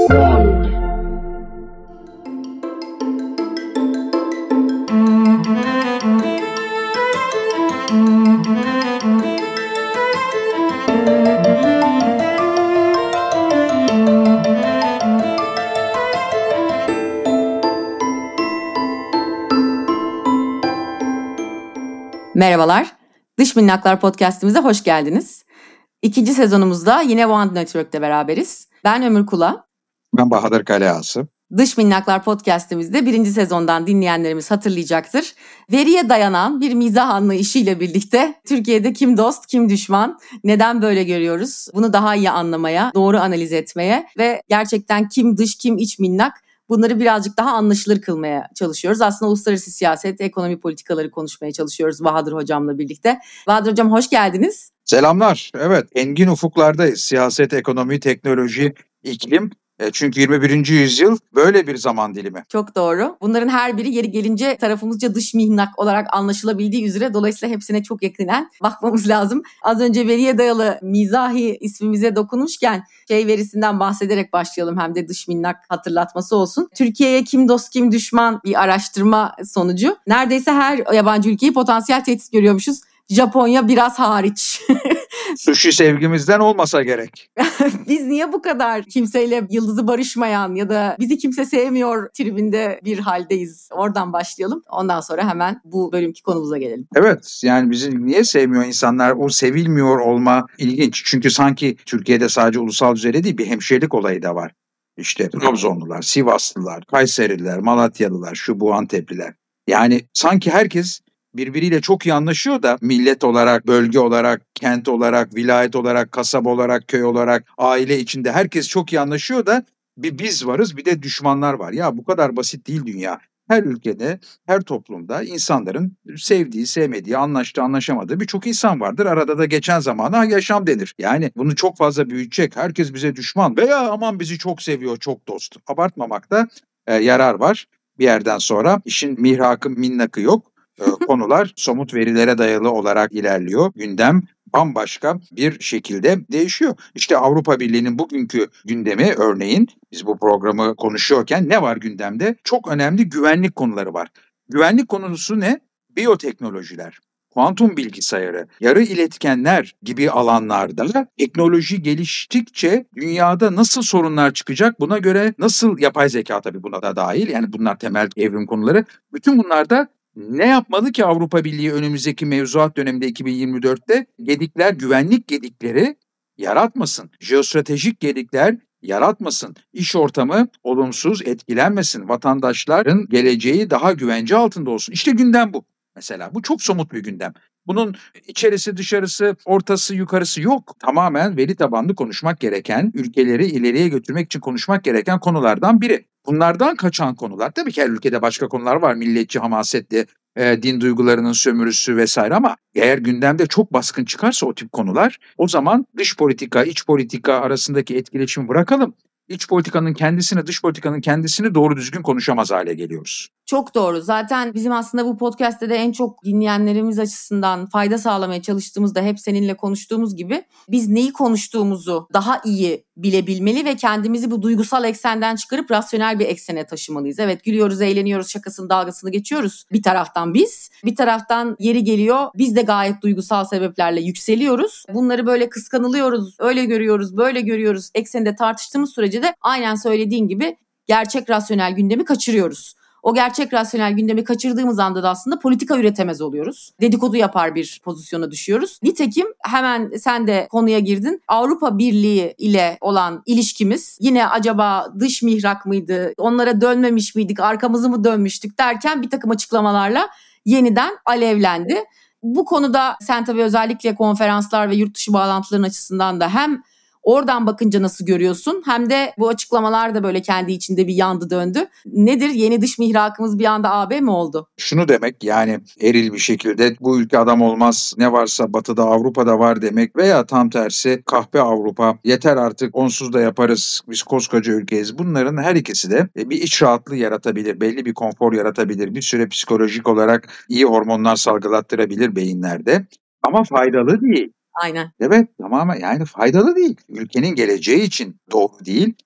Merhabalar, Dış Minnaklar Podcast'imize hoş geldiniz. İkinci sezonumuzda yine One Network'te beraberiz. Ben Ömür Kula. Ben Bahadır Kaleası. Dış Minnaklar Podcast'imizde birinci sezondan dinleyenlerimiz hatırlayacaktır. Veriye dayanan bir mizah anlayışıyla birlikte Türkiye'de kim dost, kim düşman, neden böyle görüyoruz? Bunu daha iyi anlamaya, doğru analiz etmeye ve gerçekten kim dış, kim iç minnak, bunları birazcık daha anlaşılır kılmaya çalışıyoruz. Aslında uluslararası siyaset, ekonomi politikaları konuşmaya çalışıyoruz Bahadır Hocam'la birlikte. Bahadır Hocam hoş geldiniz. Selamlar. Evet, engin ufuklardayız. Siyaset, ekonomi, teknoloji, iklim. Çünkü 21. yüzyıl böyle bir zaman dilimi. Çok doğru. Bunların her biri yeri gelince tarafımızca dış mihnak olarak anlaşılabildiği üzere dolayısıyla hepsine çok yakinen bakmamız lazım. Az önce veriye dayalı mizahi ismimize dokunmuşken verisinden bahsederek başlayalım, hem de dış minnak hatırlatması olsun. Türkiye'ye kim dost kim düşman bir araştırma sonucu. Neredeyse her yabancı ülkeyi potansiyel tehdit görüyormuşuz. Japonya biraz hariç. Sushi sevgimizden olmasa gerek. Biz niye bu kadar kimseyle yıldızı barışmayan ya da bizi kimse sevmiyor tribinde bir haldeyiz? Oradan başlayalım. Ondan sonra hemen bu bölümki konumuza gelelim. Evet, yani bizi niye sevmiyor insanlar? O sevilmiyor olma ilginç. Çünkü sanki Türkiye'de sadece ulusal düzeyde değil, bir hemşirelik olayı da var. İşte Trabzonlular, Sivaslılar, Kayserililer, Malatyalılar, şu bu Antepliler. Yani sanki herkes birbiriyle çok iyi anlaşıyor da millet olarak, bölge olarak, kent olarak, vilayet olarak, kasaba olarak, köy olarak, aile içinde herkes çok iyi anlaşıyor da bir biz varız, bir de düşmanlar var. Ya bu kadar basit değil dünya. Her ülkede, her toplumda insanların sevdiği, sevmediği, anlaştığı, anlaşamadığı birçok insan vardır. Arada da geçen zamana yaşam denir. Yani bunu çok fazla büyütecek, herkes bize düşman veya aman bizi çok seviyor, çok dost. Abartmamakta yarar var. Bir yerden sonra işin mihrakı, minnakı yok. Konular somut verilere dayalı olarak ilerliyor. Gündem bambaşka bir şekilde değişiyor. İşte Avrupa Birliği'nin bugünkü gündemi, örneğin biz bu programı konuşuyorken ne var gündemde? Çok önemli güvenlik konuları var. Güvenlik konusu ne? Biyoteknolojiler, kuantum bilgisayarı, yarı iletkenler gibi alanlarda teknoloji geliştikçe dünyada nasıl sorunlar çıkacak? Buna göre nasıl yapay zeka, tabii buna da dahil, yani bunlar temel evrim konuları. Bütün bunlarda ne yapmalı ki Avrupa Birliği önümüzdeki mevzuat döneminde 2024'te gedikler, güvenlik gedikleri yaratmasın, jeostratejik gedikler yaratmasın, iş ortamı olumsuz etkilenmesin, vatandaşların geleceği daha güvence altında olsun. İşte gündem bu. Mesela bu çok somut bir gündem. Bunun içerisi, dışarısı, ortası, yukarısı yok. Tamamen veri tabanlı konuşmak gereken, ülkeleri ileriye götürmek için konuşmak gereken konulardan biri. Bunlardan kaçan konular, tabii ki her ülkede başka konular var. Milliyetçi, hamasetli, din duygularının sömürüsü vesaire, ama eğer gündemde çok baskın çıkarsa o tip konular, o zaman dış politika, iç politika arasındaki etkileşimi bırakalım. İç politikanın kendisini, dış politikanın kendisini doğru düzgün konuşamaz hale geliyoruz. Çok doğru. Zaten bizim aslında bu podcast'te de en çok dinleyenlerimiz açısından fayda sağlamaya çalıştığımızda hep seninle konuştuğumuz gibi biz neyi konuştuğumuzu daha iyi bilebilmeli ve kendimizi bu duygusal eksenden çıkarıp rasyonel bir eksene taşımalıyız. Evet, gülüyoruz, eğleniyoruz, şakasını, dalgasını geçiyoruz. Bir taraftan biz, bir taraftan yeri geliyor biz de gayet duygusal sebeplerle yükseliyoruz. Bunları böyle kıskanılıyoruz, öyle görüyoruz, böyle görüyoruz ekseninde tartıştığımız sürece de aynen söylediğin gibi gerçek rasyonel gündemi kaçırıyoruz. O gerçek rasyonel gündemi kaçırdığımız anda da aslında politika üretemez oluyoruz. Dedikodu yapar bir pozisyona düşüyoruz. Nitekim hemen sen de konuya girdin. Avrupa Birliği ile olan ilişkimiz yine acaba dış mihrak mıydı? Onlara dönmemiş miydik? Arkamızı mı dönmüştük derken bir takım açıklamalarla yeniden alevlendi. Bu konuda sen tabii özellikle konferanslar ve yurt dışı bağlantıların açısından da hem oradan bakınca nasıl görüyorsun? Hem de bu açıklamalar da böyle kendi içinde bir yandı döndü. Nedir? Yeni dış mihrakımız bir anda AB mi oldu? Şunu demek, yani eril bir şekilde bu ülke adam olmaz, ne varsa Batı'da, Avrupa'da var demek, veya tam tersi kahpe Avrupa, yeter artık onsuz da yaparız, biz koskoca ülkeyiz. Bunların her ikisi de bir iç rahatlığı yaratabilir, belli bir konfor yaratabilir, bir süre psikolojik olarak iyi hormonlar salgılattırabilir beyinlerde, ama faydalı değil. Aynen. Evet, tamamen, yani faydalı değil. Ülkenin geleceği için doğru değil.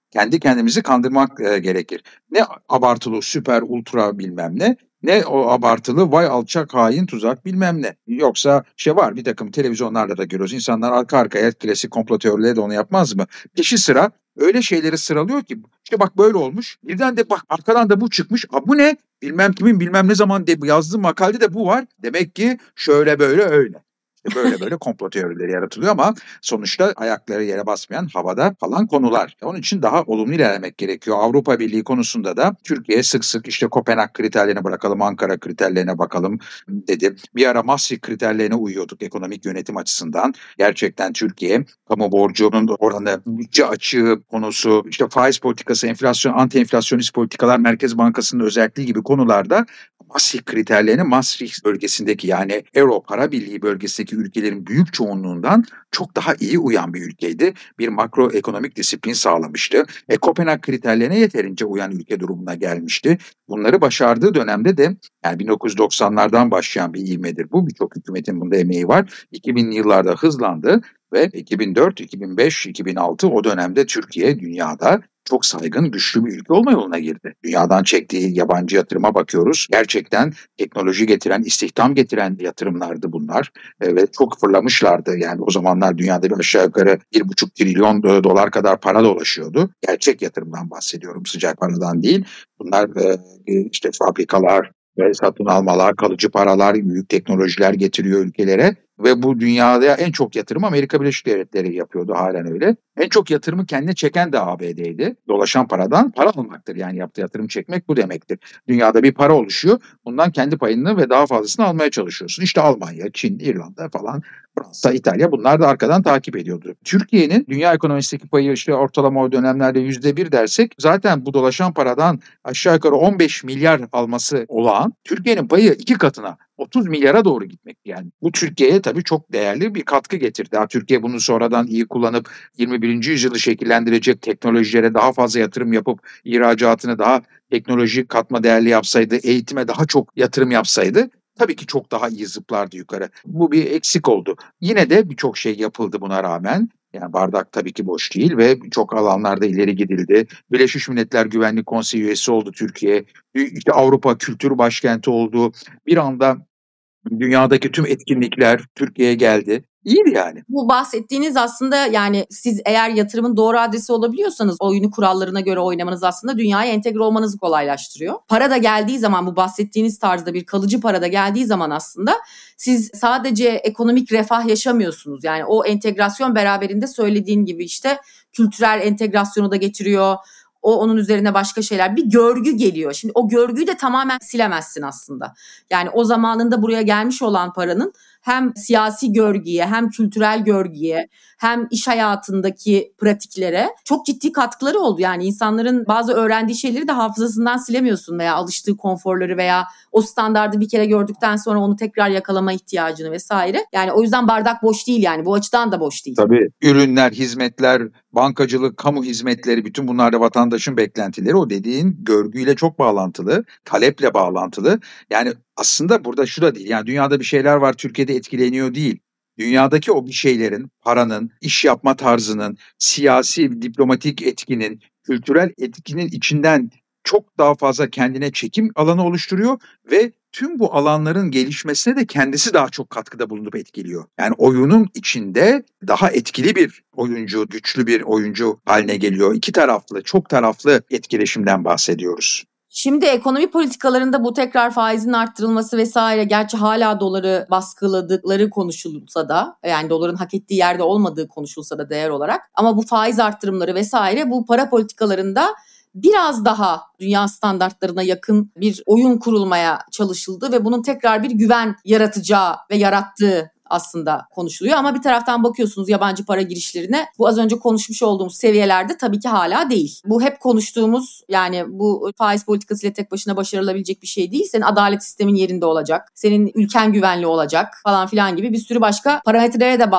kendi kendimizi kandırmak gerekir. Ne abartılı süper ultra bilmem ne o abartılı vay alçak hain tuzak bilmem ne. Yoksa var bir takım televizyonlarda da görüyoruz. İnsanlar arka arkaya klasik komplo teorileri de onu yapmaz mı? Peşi sıra öyle şeyleri sıralıyor ki işte bak böyle olmuş. Birden de bak arkadan da bu çıkmış. Bu ne? Bilmem kimin bilmem ne zaman yazdığı makalede de bu var. Demek ki şöyle böyle öyle. Böyle komplo teorileri yaratılıyor ama sonuçta ayakları yere basmayan havada kalan konular. Onun için daha olumlu ilerlemek gerekiyor. Avrupa Birliği konusunda da Türkiye sık sık Kopenhag kriterlerine bırakalım, Ankara kriterlerine bakalım dedi. Bir ara Maastricht kriterlerine uyuyorduk ekonomik yönetim açısından. Gerçekten Türkiye kamu borcunun oranı, bütçe açığı konusu, faiz politikası, enflasyon, anti-enflasyonist politikalar, Merkez Bankası'nın özelliği gibi konularda Maastricht kriterlerini Maastricht bölgesindeki yani Euro para birliği bölgesindeki ülkelerin büyük çoğunluğundan çok daha iyi uyan bir ülkeydi. Bir makroekonomik disiplin sağlamıştı. Kopenhag kriterlerine yeterince uyan ülke durumuna gelmişti. Bunları başardığı dönemde de yani 1990'lardan başlayan bir ivmedir bu. Birçok hükümetin bunda emeği var. 2000'li yıllarda hızlandı ve 2004, 2005, 2006 o dönemde Türkiye dünyada çok saygın, güçlü bir ülke olma yoluna girdi. Dünyadan çektiği yabancı yatırıma bakıyoruz. Gerçekten teknoloji getiren, istihdam getiren yatırımlardı bunlar. Ve çok fırlamışlardı. Yani o zamanlar dünyada bir aşağı yukarı 1,5 trilyon dolar kadar para dolaşıyordu. Gerçek yatırımdan bahsediyorum, sıcak paradan değil. Bunlar fabrikalar ve satın almalar, kalıcı paralar, büyük teknolojiler getiriyor ülkelere. Ve bu dünyada en çok yatırım Amerika Birleşik Devletleri yapıyordu, halen öyle. En çok yatırımı kendine çeken de ABD'ydi. Dolaşan paradan para almaktır. Yani yaptığı yatırım çekmek bu demektir. Dünyada bir para oluşuyor. Bundan kendi payını ve daha fazlasını almaya çalışıyorsun. Almanya, Çin, İrlanda falan, Fransa, İtalya bunlar da arkadan takip ediyordu. Türkiye'nin dünya ekonomisindeki payı ortalama o dönemlerde %1 dersek zaten bu dolaşan paradan aşağı yukarı 15 milyar alması olağan. Türkiye'nin payı 2 katına 30 milyara doğru gitmek yani. Bu Türkiye'ye tabii çok değerli bir katkı getirdi. Türkiye bunu sonradan iyi kullanıp 21. yüzyılı şekillendirecek teknolojilere daha fazla yatırım yapıp ihracatını daha teknolojik katma değerli yapsaydı, eğitime daha çok yatırım yapsaydı tabii ki çok daha iyi zıplardı yukarı. Bu bir eksik oldu. Yine de birçok şey yapıldı buna rağmen. Yani bardak tabii ki boş değil ve birçok alanlarda ileri gidildi. Birleşmiş Milletler Güvenlik Konseyi üyesi oldu Türkiye. Avrupa Kültür Başkenti oldu. Bir anda dünyadaki tüm etkinlikler Türkiye'ye geldi. İyiydi yani. Bu bahsettiğiniz aslında yani siz eğer yatırımın doğru adresi olabiliyorsanız oyunu kurallarına göre oynamanız aslında dünyaya entegre olmanızı kolaylaştırıyor. Para da geldiği zaman bu bahsettiğiniz tarzda bir kalıcı para da geldiği zaman aslında siz sadece ekonomik refah yaşamıyorsunuz. Yani o entegrasyon beraberinde söylediğin gibi kültürel entegrasyonu da getiriyor. Onun üzerine başka şeyler, bir görgü geliyor. Şimdi o görgüyü de tamamen silemezsin aslında. Yani o zamanında buraya gelmiş olan paranın hem siyasi görgüye hem kültürel görgüye hem iş hayatındaki pratiklere çok ciddi katkıları oldu. Yani insanların bazı öğrendiği şeyleri de hafızasından silemiyorsun veya alıştığı konforları veya o standardı bir kere gördükten sonra onu tekrar yakalama ihtiyacını vesaire. Yani o yüzden bardak boş değil yani bu açıdan da boş değil. Tabii ürünler, hizmetler, bankacılık, kamu hizmetleri bütün bunlarda vatandaşın beklentileri o dediğin görgüyle çok bağlantılı, taleple bağlantılı. Yani aslında burada şu da değil yani dünyada bir şeyler var Türkiye'de etkileniyor değil. Dünyadaki o bir şeylerin, paranın, iş yapma tarzının, siyasi, diplomatik etkinin, kültürel etkinin içinden çok daha fazla kendine çekim alanı oluşturuyor ve tüm bu alanların gelişmesine de kendisi daha çok katkıda bulunup etkiliyor. Yani oyunun içinde daha etkili bir oyuncu, güçlü bir oyuncu haline geliyor. İki taraflı, çok taraflı etkileşimden bahsediyoruz. Şimdi ekonomi politikalarında bu tekrar faizin arttırılması vesaire gerçi hala doları baskıladıkları konuşulsa da yani doların hak ettiği yerde olmadığı konuşulsa da değer olarak ama bu faiz arttırımları vesaire bu para politikalarında biraz daha dünya standartlarına yakın bir oyun kurulmaya çalışıldı ve bunun tekrar bir güven yaratacağı ve yarattığı aslında konuşuluyor ama bir taraftan bakıyorsunuz yabancı para girişlerine bu az önce konuşmuş olduğumuz seviyelerde tabii ki hala değil. Bu hep konuştuğumuz yani bu faiz politikasıyla tek başına başarılabilecek bir şey değil. Senin adalet sistemin yerinde olacak, senin ülken güvenli olacak falan filan gibi bir sürü başka parametrelere de bağlı.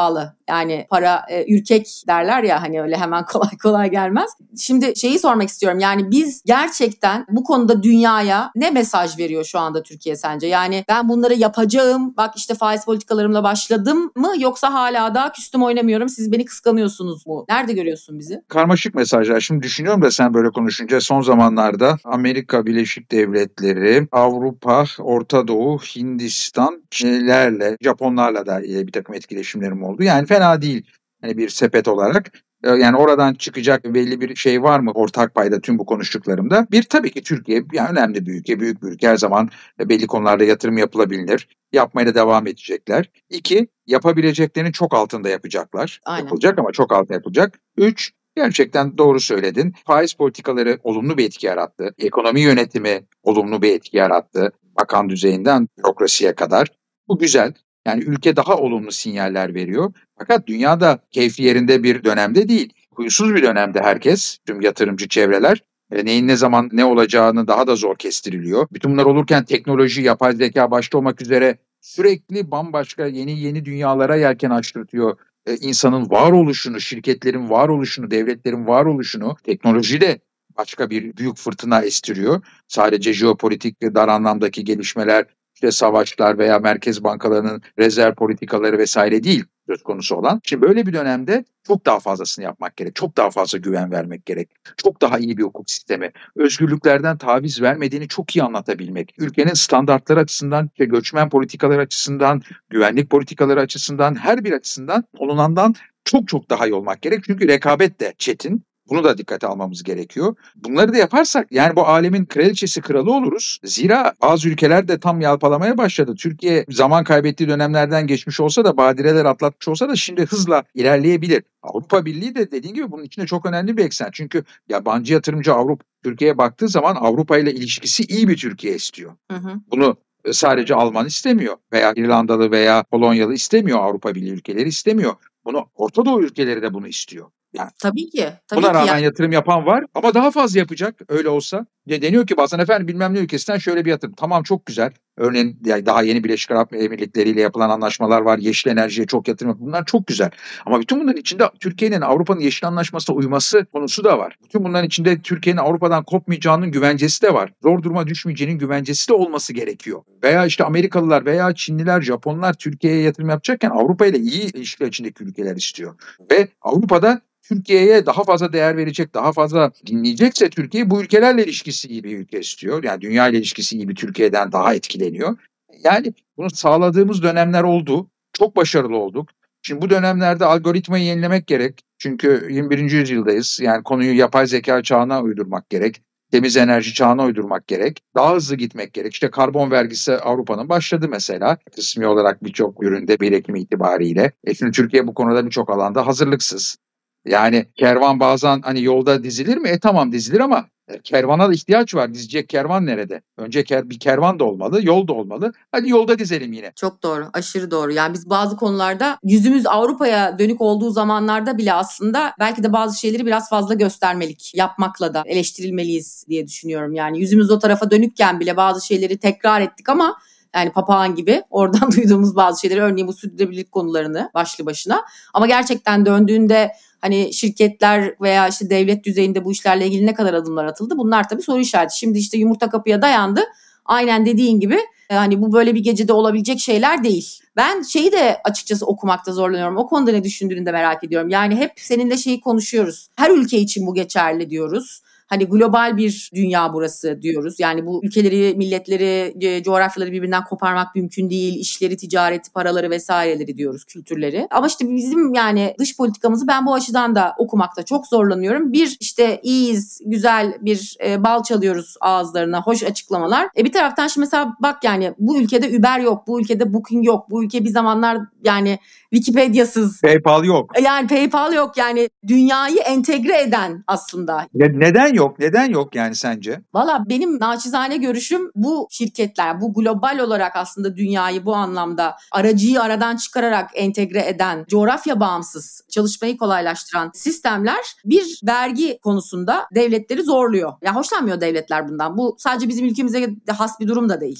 Yani para ürkek derler ya, hani öyle hemen kolay kolay gelmez. Şimdi şeyi sormak istiyorum. Yani biz gerçekten bu konuda dünyaya ne mesaj veriyor şu anda Türkiye sence? Yani ben bunları yapacağım, bak işte faiz politikalarımla başladım mı, yoksa hala daha küstüm oynamıyorum, siz beni kıskanıyorsunuz mu? Nerede görüyorsun bizi? Karmaşık mesajlar. Şimdi düşünüyorum da sen böyle konuşunca son zamanlarda Amerika Birleşik Devletleri, Avrupa, Orta Doğu, Hindistan, Çinlilerle, Japonlarla da bir takım etkileşimlerim oldu. Yani fena değil hani bir sepet olarak. Yani oradan çıkacak belli bir şey var mı ortak payda tüm bu konuştuklarımda? Bir, tabii ki Türkiye yani önemli bir ülke, büyük bir ülke. Her zaman belli konularda yatırım yapılabilir. Yapmaya da devam edecekler. 2, yapabileceklerinin çok altında yapacaklar. Aynen. Yapılacak ama çok altında yapılacak. 3, gerçekten doğru söyledin. Faiz politikaları olumlu bir etki yarattı. Ekonomi yönetimi olumlu bir etki yarattı. Bakan düzeyinden bürokrasiye kadar. Bu güzel. Yani ülke daha olumlu sinyaller veriyor. Fakat dünyada keyfi yerinde bir dönemde değil. Huysuz bir dönemde herkes, tüm yatırımcı çevreler. Neyin ne zaman ne olacağını daha da zor kestiriliyor. Bütün bunlar olurken teknoloji, yapay zeka başta olmak üzere sürekli bambaşka yeni dünyalara yelken açtırtıyor. İnsanın varoluşunu, şirketlerin varoluşunu, devletlerin varoluşunu teknoloji de başka bir büyük fırtına estiriyor. Sadece jeopolitik ve dar anlamdaki gelişmeler, işte savaşlar veya merkez bankalarının rezerv politikaları vesaire değil söz konusu olan. Şimdi böyle bir dönemde çok daha fazlasını yapmak gerek. Çok daha fazla güven vermek gerek. Çok daha iyi bir hukuk sistemi. Özgürlüklerden taviz vermediğini çok iyi anlatabilmek. Ülkenin standartları açısından, göçmen politikaları açısından, güvenlik politikaları açısından, her bir açısından olunandan çok daha iyi olmak gerek. Çünkü rekabet de çetin. Bunu da dikkate almamız gerekiyor. Bunları da yaparsak yani bu alemin kraliçesi kralı oluruz. Zira bazı ülkeler de tam yalpalamaya başladı. Türkiye zaman kaybettiği dönemlerden geçmiş olsa da, badireler atlatmış olsa da şimdi hızla ilerleyebilir. Avrupa Birliği de dediğin gibi bunun içinde çok önemli bir eksen. Çünkü yabancı yatırımcı Türkiye'ye baktığı zaman Avrupa ile ilişkisi iyi bir Türkiye istiyor. Bunu sadece Alman istemiyor veya İrlandalı veya Polonyalı istemiyor, Avrupa Birliği ülkeleri istemiyor. Bunu Orta Doğu ülkeleri de bunu istiyor. Yani Tabii ki. buna rağmen Yani. yatırım yapan var ama daha fazla yapacak öyle olsa. Deniyor ki bazen efendim bilmem ne ülkesinden şöyle bir yatırım. Tamam, çok güzel. Örneğin yani daha yeni Birleşik Arap Emirlikleri ile yapılan anlaşmalar var. Yeşil enerjiye çok yatırım yapıyor. Bunlar çok güzel. Ama bütün bunların içinde Türkiye'nin Avrupa'nın yeşil anlaşmasına uyması konusu da var. Bütün bunların içinde Türkiye'nin Avrupa'dan kopmayacağının güvencesi de var. Zor duruma düşmeyeceğinin güvencesi de olması gerekiyor. Veya işte Amerikalılar veya Çinliler, Japonlar Türkiye'ye yatırım yapacakken Avrupa ile iyi ilişkiler içindeki ülkeler istiyor. Ve Avrupa'da Türkiye'ye daha fazla değer verecek, daha fazla dinleyecekse Türkiye bu ülkelerle ilişkisi iyi bir ülke istiyor. Yani dünya ile ilişkisi iyi bir Türkiye'den daha etkileniyor. Yani bunu sağladığımız dönemler oldu. Çok başarılı olduk. Şimdi bu dönemlerde algoritmayı yenilemek gerek. Çünkü 21. yüzyıldayız. Yani konuyu yapay zeka çağına uydurmak gerek. Temiz enerji çağına uydurmak gerek. Daha hızlı gitmek gerek. İşte karbon vergisi Avrupa'nın başladı mesela. Kısmi olarak birçok üründe 1 Ekim itibariyle. Şimdi Türkiye bu konuda birçok alanda hazırlıksız. Yani kervan bazen hani yolda dizilir mi? Tamam dizilir ama kervana da ihtiyaç var. Dizecek kervan nerede? Önce bir kervan da olmalı, yol da olmalı. Hadi yolda dizelim yine. Çok doğru, aşırı doğru. Yani biz bazı konularda yüzümüz Avrupa'ya dönük olduğu zamanlarda bile aslında belki de bazı şeyleri biraz fazla göstermelik yapmakla da eleştirilmeliyiz diye düşünüyorum. Yani yüzümüz o tarafa dönükken bile bazı şeyleri tekrar ettik ama yani papağan gibi oradan duyduğumuz bazı şeyleri, örneğin bu sürdürülebilirlik konularını başlı başına. Ama gerçekten döndüğünde hani şirketler veya işte devlet düzeyinde bu işlerle ilgili ne kadar adımlar atıldı? Bunlar tabii soru işareti. Şimdi işte yumurta kapıya dayandı. Aynen dediğin gibi hani bu böyle bir gecede olabilecek şeyler değil. Ben şeyi de açıkçası okumakta zorlanıyorum. O konuda ne düşündüğünü de merak ediyorum. Yani hep seninle şeyi konuşuyoruz. Her ülke için bu geçerli diyoruz. Hani global bir dünya burası diyoruz. Yani bu ülkeleri, milletleri, coğrafyaları birbirinden koparmak mümkün değil. İşleri, ticareti, paraları vesaireleri diyoruz, kültürleri. Ama işte bizim yani dış politikamızı ben bu açıdan da okumakta çok zorlanıyorum. Bir işte iyiyiz, güzel bir bal çalıyoruz ağızlarına, hoş açıklamalar. Bir taraftan şimdi mesela bak yani bu ülkede Uber yok, bu ülkede Booking yok, bu ülke bir zamanlar yani Wikipedia'sız. PayPal yok. Yani PayPal yok, yani dünyayı entegre eden aslında. Neden yok? Neden yok yani sence? Valla benim naçizane görüşüm, bu şirketler, bu global olarak aslında dünyayı bu anlamda aracıyı aradan çıkararak entegre eden, coğrafya bağımsız çalışmayı kolaylaştıran sistemler bir vergi konusunda devletleri zorluyor. Ya hoşlanmıyor devletler bundan. Bu sadece bizim ülkemize has bir durum da değil.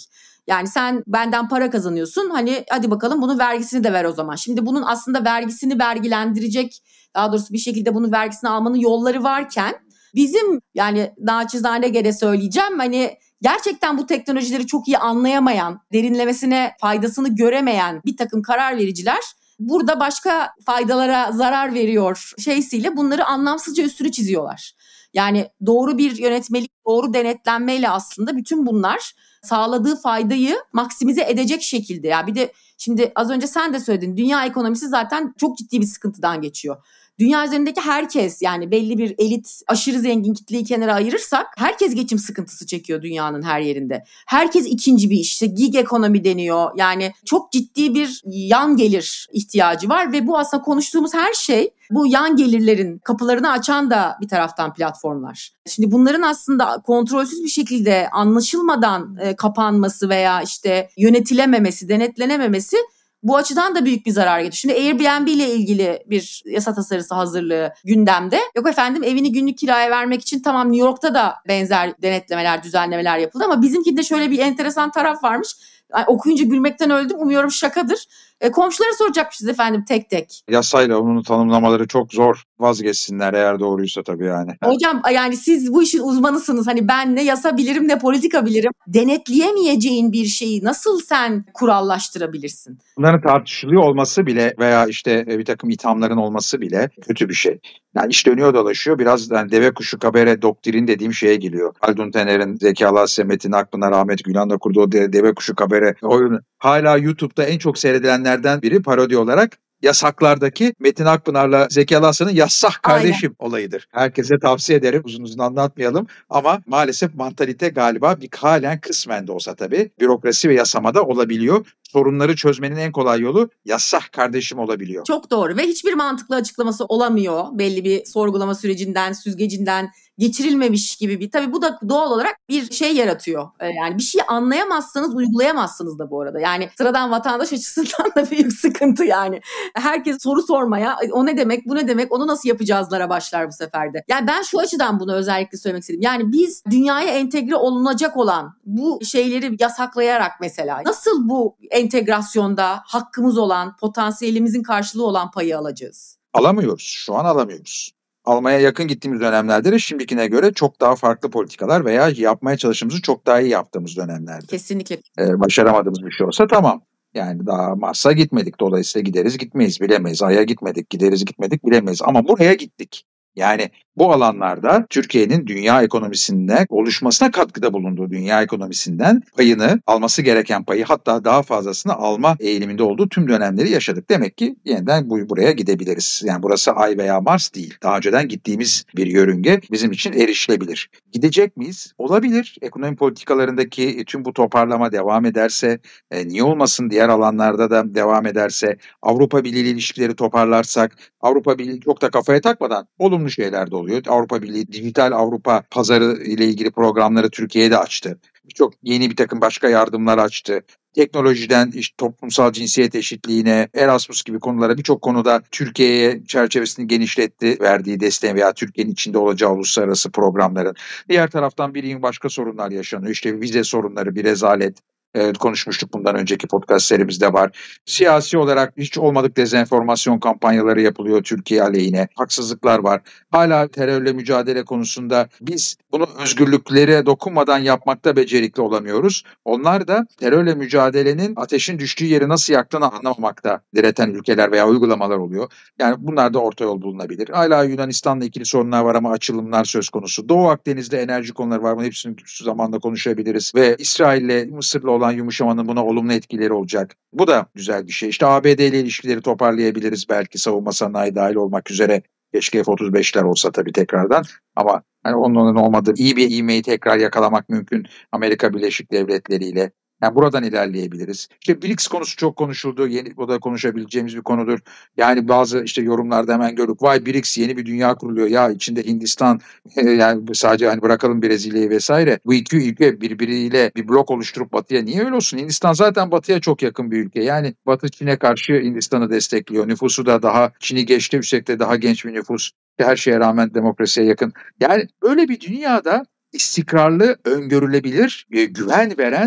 Yani sen benden para kazanıyorsun, hani hadi bakalım bunun vergisini de ver o zaman. Şimdi bunun aslında vergisini vergilendirecek, daha doğrusu bir şekilde bunun vergisini almanın yolları varken bizim, yani naçizane gene söyleyeceğim, hani gerçekten bu teknolojileri çok iyi anlayamayan, derinlemesine faydasını göremeyen bir takım karar vericiler burada başka faydalara zarar veriyor şeysiyle bunları anlamsızca üstünü çiziyorlar. Yani doğru bir yönetmelik, doğru denetlenmeyle aslında bütün bunlar sağladığı faydayı maksimize edecek şekilde. Ya bir de şimdi az önce sen de söyledin, dünya ekonomisi zaten çok ciddi bir sıkıntıdan geçiyor. Dünya üzerindeki herkes, yani belli bir elit, aşırı zengin kitleyi kenara ayırırsak herkes geçim sıkıntısı çekiyor dünyanın her yerinde. Herkes ikinci bir iş, işte gig ekonomi deniyor. Yani çok ciddi bir yan gelir ihtiyacı var ve bu aslında konuştuğumuz her şey bu yan gelirlerin kapılarını açan da bir taraftan platformlar. Şimdi bunların aslında kontrolsüz bir şekilde anlaşılmadan kapanması veya işte yönetilememesi, denetlenememesi bu açıdan da büyük bir zarar getiriyor. Şimdi Airbnb ile ilgili bir yasa tasarısı hazırlığı gündemde. Yok efendim, evini günlük kiraya vermek için tamam, New York'ta da benzer denetlemeler, düzenlemeler yapıldı ama bizimkinde şöyle bir enteresan taraf varmış. Yani okuyunca gülmekten öldüm. Umuyorum şakadır. Komşulara soracakmışız efendim tek tek. Yasayla onun tanımlamaları çok zor. Vazgeçsinler eğer doğruysa tabii yani. Hocam yani siz bu işin uzmanısınız. Hani ben ne yasa bilirim ne politika bilirim. Denetleyemeyeceğin bir şeyi nasıl sen kurallaştırabilirsin? Bunların tartışılıyor olması bile veya işte bir takım ithamların olması bile kötü bir şey. Yani iş dönüyor dolaşıyor, biraz yani deve kuşu kabere doktrin dediğim şeye geliyor. Haldun Taner'in, Zeki Alasya, Metin Akpınar, Ahmet Gülan'la kurduğu o deve kuşu kabere oyunu hala YouTube'da en çok seyredilenlerden biri, parodi olarak yasaklardaki Metin Akpınar'la Zeki Alasya'nın "Yassah kardeşim" olayıdır. Herkese tavsiye ederim. Uzun uzun anlatmayalım ama maalesef mantalite galiba bir halen kısmen de olsa tabii bürokrasi ve yasamada olabiliyor. Sorunları çözmenin en kolay yolu "Yassah kardeşim" olabiliyor. Çok doğru ve hiçbir mantıklı açıklaması olamıyor. Belli bir sorgulama sürecinden, süzgecinden geçirilmemiş gibi bir. Tabii bu da doğal olarak bir şey yaratıyor. Yani bir şeyi anlayamazsanız uygulayamazsınız da bu arada. Yani sıradan vatandaş açısından da büyük sıkıntı yani. Herkes soru sormaya, o ne demek, bu ne demek, onu nasıl yapacağızlara başlar bu sefer de. Yani ben şu açıdan bunu özellikle söylemek istedim. Yani biz dünyaya entegre olunacak olan bu şeyleri yasaklayarak mesela nasıl bu entegrasyonda hakkımız olan, potansiyelimizin karşılığı olan payı alacağız? Alamıyoruz. Şu an alamıyoruz. Almaya yakın gittiğimiz dönemlerde de şimdikine göre çok daha farklı politikalar veya yapmaya çalıştığımızı çok daha iyi yaptığımız dönemlerde. Kesinlikle. Başaramadığımız bir şey olsa tamam. Yani daha Mars'a gitmedik. Dolayısıyla gideriz gitmeyiz bilemeyiz. Ay'a gitmedik, gideriz gitmedik bilemeyiz. Ama buraya gittik. Yani bu alanlarda Türkiye'nin dünya ekonomisinde oluşmasına katkıda bulunduğu dünya ekonomisinden payını, alması gereken payı, hatta daha fazlasını alma eğiliminde olduğu tüm dönemleri yaşadık. Demek ki yeniden buraya gidebiliriz. Yani burası Ay veya Mars değil. Daha önceden gittiğimiz bir yörünge, bizim için erişilebilir. Gidecek miyiz? Olabilir. Ekonomi politikalarındaki tüm bu toparlama devam ederse, niye olmasın diğer alanlarda da devam ederse, Avrupa Birliği ile ilişkileri toparlarsak, Avrupa Birliği çok da kafaya takmadan olumlu şeyler de oluyor. Avrupa Birliği Dijital Avrupa Pazarı ile ilgili programları Türkiye'ye de açtı. Birçok yeni bir takım başka yardımlar açtı. Teknolojiden işte toplumsal cinsiyet eşitliğine, Erasmus gibi konulara birçok konuda Türkiye'ye çerçevesini genişletti, verdiği desteği veya Türkiye'nin içinde olacağı uluslararası programların. Diğer taraftan bir başka sorunlar yaşanıyor. İşte vize sorunları bir rezalet. Evet, konuşmuştuk bundan önceki podcast serimizde var. Siyasi olarak hiç olmadık dezenformasyon kampanyaları yapılıyor Türkiye aleyhine. Haksızlıklar var. Hala terörle mücadele konusunda biz bunu özgürlüklere dokunmadan yapmakta becerikli olamıyoruz. Onlar da terörle mücadelenin ateşin düştüğü yeri nasıl yaktığını anlamamakta direten ülkeler veya uygulamalar oluyor. Yani bunlarda orta yol bulunabilir. Hala Yunanistan'la ilgili sorunlar var ama açılımlar söz konusu. Doğu Akdeniz'de enerji konuları var. Bunu hepsini şu zamanda konuşabiliriz. Ve İsrail'le, Mısır'la olan yumuşamanın buna olumlu etkileri olacak. Bu da güzel bir şey. İşte ABD ile ilişkileri toparlayabiliriz belki, savunma sanayi dahil olmak üzere. Keşke F-35'ler olsa tabii tekrardan ama hani onun olmadığı iyi bir ivmeyi tekrar yakalamak mümkün Amerika Birleşik Devletleri ile. Yani buradan ilerleyebiliriz. İşte BRICS konusu çok konuşuldu. O da konuşabileceğimiz bir konudur. Yani bazı işte yorumlarda hemen gördük. Vay, BRICS yeni bir dünya kuruluyor. Ya içinde Hindistan, yani sadece hani bırakalım Brezilya'yı vesaire. Bu iki ülke birbiriyle bir blok oluşturup Batı'ya niye öyle olsun? Hindistan zaten Batı'ya çok yakın bir ülke. Yani Batı Çin'e karşı Hindistan'ı destekliyor. Nüfusu da daha Çin'i geçti, üstelik de daha genç bir nüfus. Her şeye rağmen demokrasiye yakın. Yani böyle bir dünyada istikrarlı, öngörülebilir, güven veren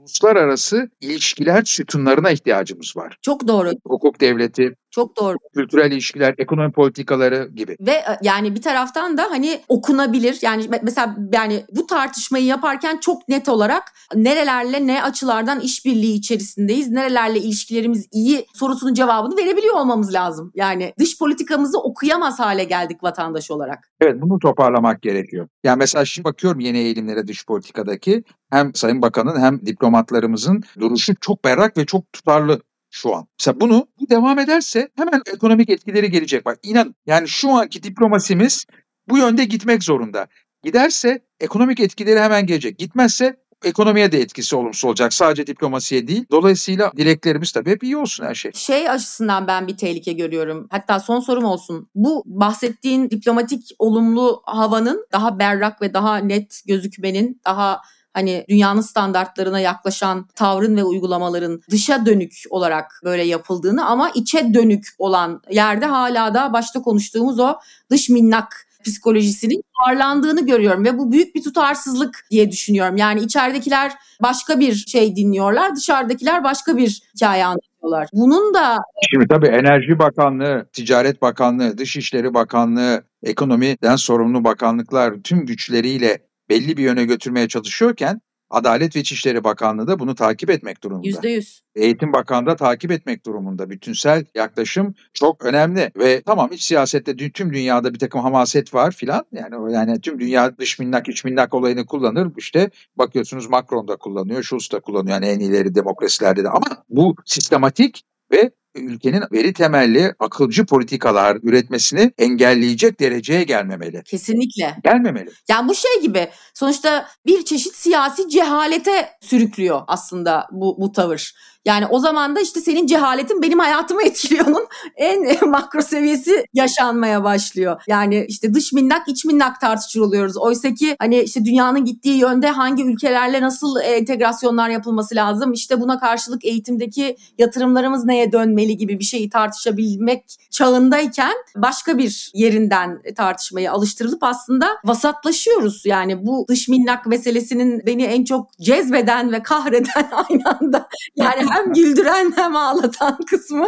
uluslararası ilişkiler sütunlarına ihtiyacımız var. Çok doğru. Hukuk devleti, Çok doğru. kültürel ilişkiler, ekonomi politikaları gibi. Ve yani bir taraftan da hani okunabilir. Yani mesela yani bu tartışmayı yaparken çok net olarak nerelerle ne açılardan işbirliği içerisindeyiz, nerelerle ilişkilerimiz iyi sorusunun cevabını verebiliyor olmamız lazım. Yani dış politikamızı okuyamaz hale geldik vatandaş olarak. Evet, bunu toparlamak gerekiyor. Yani mesela şimdi bakıyorum yeni eğilimlere dış politikadaki hem Sayın Bakan'ın hem diplomatlarımızın duruşu çok berrak ve çok tutarlı şu an. Mesela bu devam ederse hemen ekonomik etkileri gelecek. Bak inan yani şu anki diplomasimiz bu yönde gitmek zorunda. Giderse ekonomik etkileri hemen gelecek. Gitmezse ekonomiye de etkisi olumsuz olacak. Sadece diplomasiye değil. Dolayısıyla dileklerimiz tabii hep iyi olsun her şey. Şey açısından ben bir tehlike görüyorum. Hatta son sorum olsun. Bu bahsettiğin diplomatik olumlu havanın daha berrak ve daha net gözükmenin, daha hani dünyanın standartlarına yaklaşan tavrın ve uygulamaların dışa dönük olarak böyle yapıldığını ama içe dönük olan yerde hala da başta konuştuğumuz o dış minnak psikolojisinin parlandığını görüyorum ve bu büyük bir tutarsızlık diye düşünüyorum. Yani içeridekiler başka bir şey dinliyorlar, dışarıdakiler başka bir hikaye anlatıyorlar. Bunun da Şimdi tabii Enerji Bakanlığı, Ticaret Bakanlığı, Dışişleri Bakanlığı, ekonomiden sorumlu bakanlıklar tüm güçleriyle belli bir yöne götürmeye çalışıyorken Adalet ve İçişleri Bakanlığı da bunu takip etmek durumunda. %100. Eğitim Bakanlığı da takip etmek durumunda. Bütünsel yaklaşım çok önemli ve tamam iç siyasette tüm dünyada bir takım hamaset var filan. Yani tüm dünya dış minnak iç minnak olayını kullanır. İşte bakıyorsunuz Macron da kullanıyor, Schulz da kullanıyor. Yani en ileri demokrasilerde de ama bu sistematik ve ülkenin veri temelli akılcı politikalar üretmesini engelleyecek dereceye gelmemeli. Kesinlikle. Gelmemeli. Yani bu şey gibi sonuçta bir çeşit siyasi cehalete sürüklüyor aslında bu tavır. Yani o zaman da işte senin cehaletin benim hayatımı etkiliyor'nun en makro seviyesi yaşanmaya başlıyor. Yani işte dış minnak iç minnak tartışır oluyoruz. Oysa ki hani işte dünyanın gittiği yönde hangi ülkelerle nasıl entegrasyonlar yapılması lazım? İşte buna karşılık eğitimdeki yatırımlarımız neye dönmeli gibi bir şeyi tartışabilmek çağındayken başka bir yerinden tartışmaya alıştırılıp aslında vasatlaşıyoruz. Yani bu dış minnak meselesinin beni en çok cezbeden ve kahreden aynı anda yani hem güldüren hem ağlatan kısmı.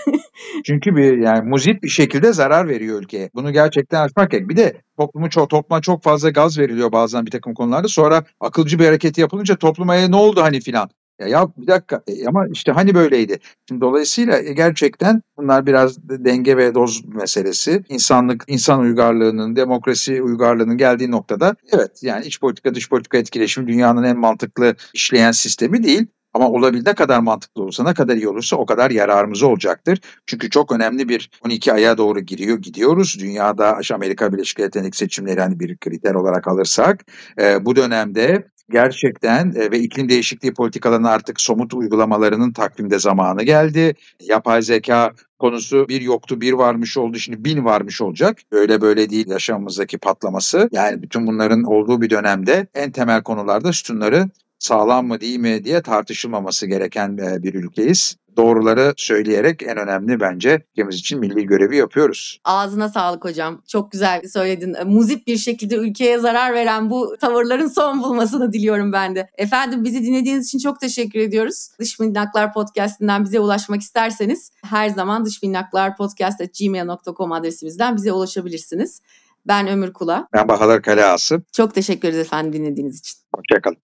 Çünkü yani muzip bir şekilde zarar veriyor ülkeye. Bunu gerçekten aşmak gerek. Bir de topluma çok fazla gaz veriliyor bazen bir takım konularda. Sonra akılcı bir hareketi yapılınca topluma ne oldu hani filan. Ya bir dakika ama işte hani böyleydi. Şimdi dolayısıyla gerçekten bunlar biraz denge ve doz meselesi. İnsan uygarlığının, demokrasi uygarlığının geldiği noktada evet yani iç politika dış politika etkileşimi dünyanın en mantıklı işleyen sistemi değil. Ama olabildiğine ne kadar mantıklı olursa, ne kadar iyi olursa o kadar yararımıza olacaktır. Çünkü çok önemli bir 12 aya doğru gidiyoruz. Dünyada Amerika Birleşik Devletleri'ndeki seçimleri hani bir kriter olarak alırsak bu dönemde gerçekten ve iklim değişikliği politikalarının artık somut uygulamalarının takvimde zamanı geldi. Yapay zeka konusu bir yoktu, bir varmış oldu, şimdi 1000 varmış olacak. Öyle böyle değil yaşamımızdaki patlaması. Yani bütün bunların olduğu bir dönemde en temel konularda sütunları sağlam mı değil mi diye tartışılmaması gereken bir ülkeyiz. Doğruları söyleyerek en önemli bence ülkemiz için milli görevi yapıyoruz. Ağzına sağlık hocam. Çok güzel söyledin. Muzip bir şekilde ülkeye zarar veren bu tavırların son bulmasını diliyorum ben de. Efendim bizi dinlediğiniz için çok teşekkür ediyoruz. Dış Minnaklar Podcast'inden bize ulaşmak isterseniz her zaman dışminnaklarpodcast@gmail.com adresimizden bize ulaşabilirsiniz. Ben Ömür Kula. Ben Bahadır Kaleası. Çok teşekkür ederiz efendim dinlediğiniz için. Hoşçakalın.